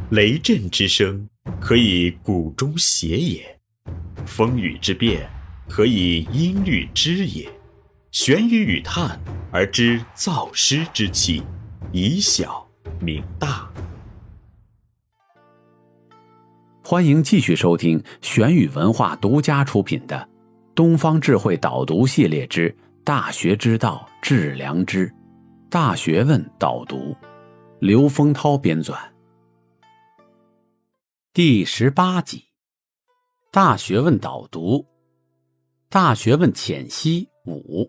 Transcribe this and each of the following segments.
雷震之声，可以鼓中谐也；风雨之变，可以音律之也。玄于语叹而知造湿之气，以小明大。 欢迎继续收听玄宇文化独家出品的东方智慧导读系列之大学之道致良知，大学问导读，刘丰涛编纂，第18集，大学问导读，大学问浅析5。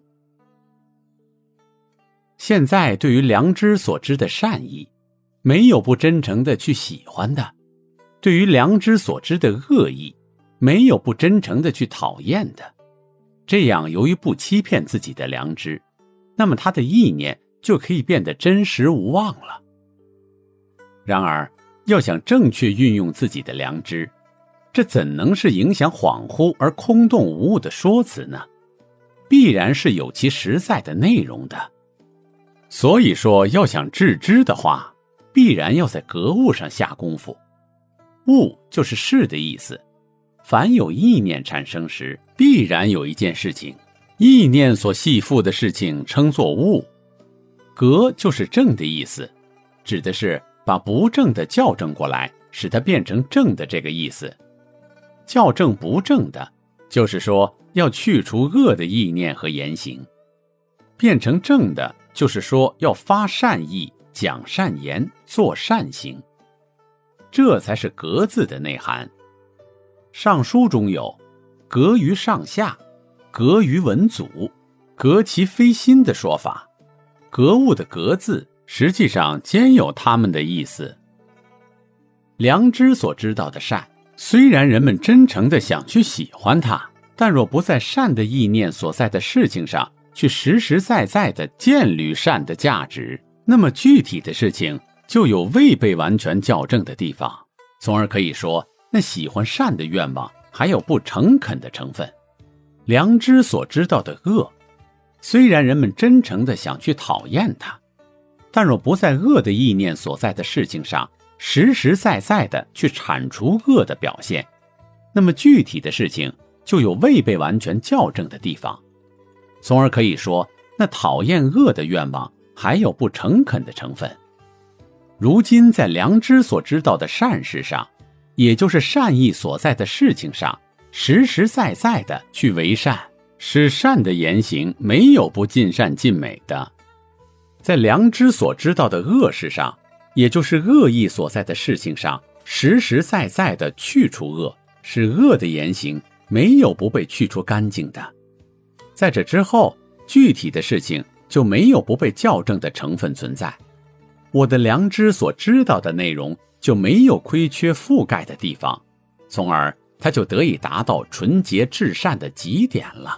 现在对于良知所知的善意，没有不真诚的去喜欢的；对于良知所知的恶意，没有不真诚的去讨厌的。这样由于不欺骗自己的良知，那么他的意念就可以变得真实无妄了。然而要想正确运用自己的良知，这怎能是影响恍惚而空洞无物的说辞呢？必然是有其实在的内容的。所以说要想致知的话，必然要在格物上下功夫。物就是事的意思，凡有意念产生时，必然有一件事情，意念所系附的事情称作物。格就是正的意思，指的是把不正的校正过来，使它变成正的这个意思。校正不正的，就是说要去除恶的意念和言行。变成正的，就是说要发善意，讲善言，做善行。这才是格字的内涵。尚书中有格于上下，格于文祖，格其非心的说法。格物的格字实际上兼有他们的意思。良知所知道的善，虽然人们真诚地想去喜欢它，但若不在善的意念所在的事情上去实实在在地见履善的价值，那么具体的事情就有未被完全校正的地方，从而可以说那喜欢善的愿望还有不诚恳的成分。良知所知道的恶，虽然人们真诚地想去讨厌它，但若不在恶的意念所在的事情上实实在在地去铲除恶的表现，那么具体的事情就有未被完全校正的地方，从而可以说那讨厌恶的愿望还有不诚恳的成分。如今在良知所知道的善事上，也就是善意所在的事情上，实实在在的去为善，使善的言行没有不尽善尽美的。在良知所知道的恶事上，也就是恶意所在的事情上，实实在在的去除恶，使恶的言行没有不被去除干净的。在这之后，具体的事情就没有不被校正的成分存在，我的良知所知道的内容就没有亏缺覆盖的地方，从而它就得以达到纯洁至善的极点了。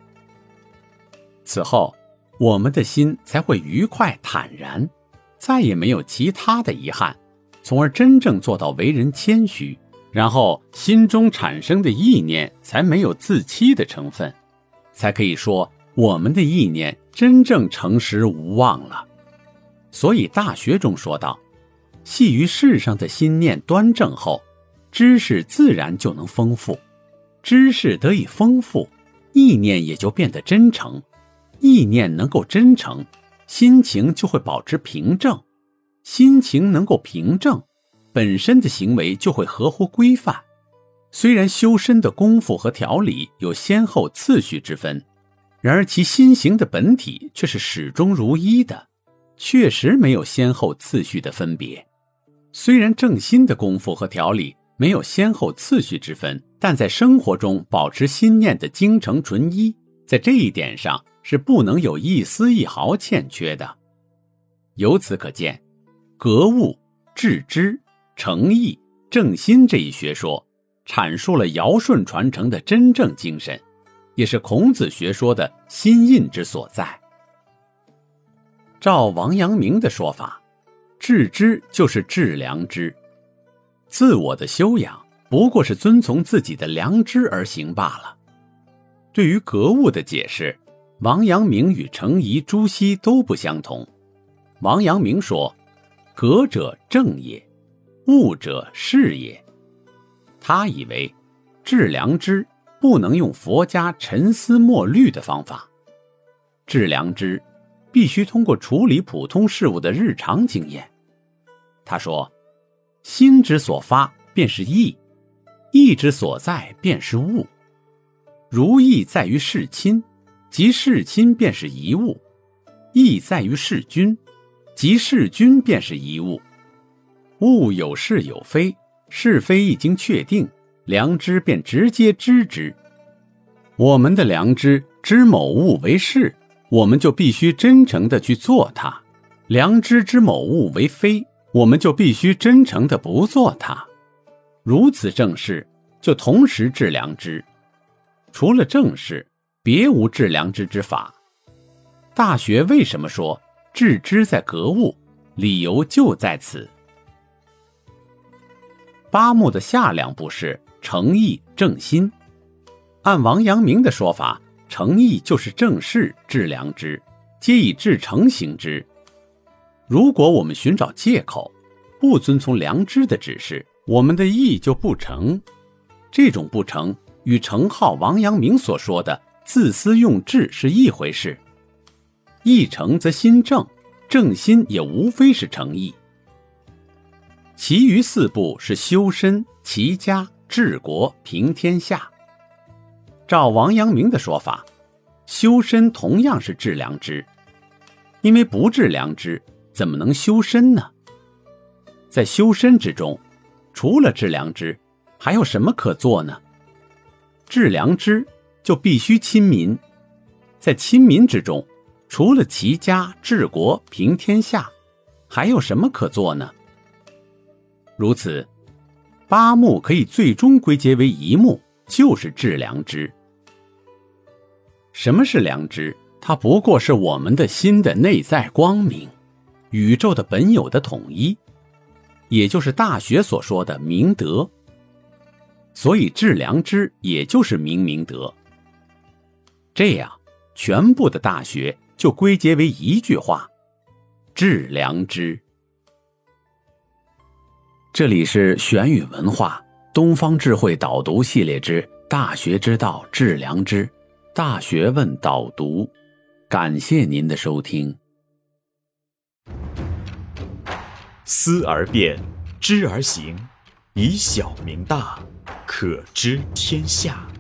此后我们的心才会愉快坦然，再也没有其他的遗憾，从而真正做到为人谦虚，然后心中产生的意念才没有自欺的成分，才可以说我们的意念真正诚实无妄了。所以大学中说道，系于世上的心念端正后，知识自然就能丰富，知识得以丰富，意念也就变得真诚，意念能够真诚，心情就会保持平正，心情能够平正，本身的行为就会合乎规范。虽然修身的功夫和条理有先后次序之分，然而其心行的本体却是始终如一的，确实没有先后次序的分别。虽然正心的功夫和条理没有先后次序之分，但在生活中保持心念的精诚纯一，在这一点上是不能有一丝一毫欠缺的。由此可见，格物、致知、诚意、正心这一学说阐述了尧舜传承的真正精神，也是孔子学说的心印之所在。照王阳明的说法，致知就是致良知，自我的修养不过是遵从自己的良知而行罢了。对于格物的解释，王阳明与程颐、朱熹都不相同。王阳明说，格者正也， 物者是也。他以为治良知不能用佛家沉思默虑的方法，治良知必须通过处理普通事物的日常经验。他说，心之所发便是意，意之所在便是物。如意在于事亲，即事亲便是一物；意在于事君，即事君便是一物。物有是有非，是非一经确定，良知便直接知之。我们的良知知某物为是，我们就必须真诚地去做它；良知知某物为非，我们就必须真诚地不做它。如此正事，就同时治良知。除了正事，别无治良知之法。大学为什么说致知在格物？理由就在此。八目的下两步是诚意正心。按王阳明的说法，诚意就是正事治良知，皆以至诚行之。如果我们寻找借口，不遵从良知的指示，我们的义就不成。这种不成与程颢、王阳明所说的自私用智是一回事。义诚则心正，正心也无非是诚意。其余四步是修身、齐家、治国、平天下。照王阳明的说法，修身同样是治良知，因为不治良知，怎么能修身呢？在修身之中，除了治良知，还有什么可做呢？治良知就必须亲民，在亲民之中，除了齐家、治国、平天下，还有什么可做呢？如此，八目可以最终归结为一目，就是治良知。什么是良知？它不过是我们的心的内在光明，宇宙的本有的统一，也就是大学所说的明德。所以治良知也就是明明德。这样，全部的大学就归结为一句话：治良知。这里是玄宇文化东方智慧导读系列之大学之道治良知大学问导读，感谢您的收听。 思而变，知而行，以小明大，可知天下。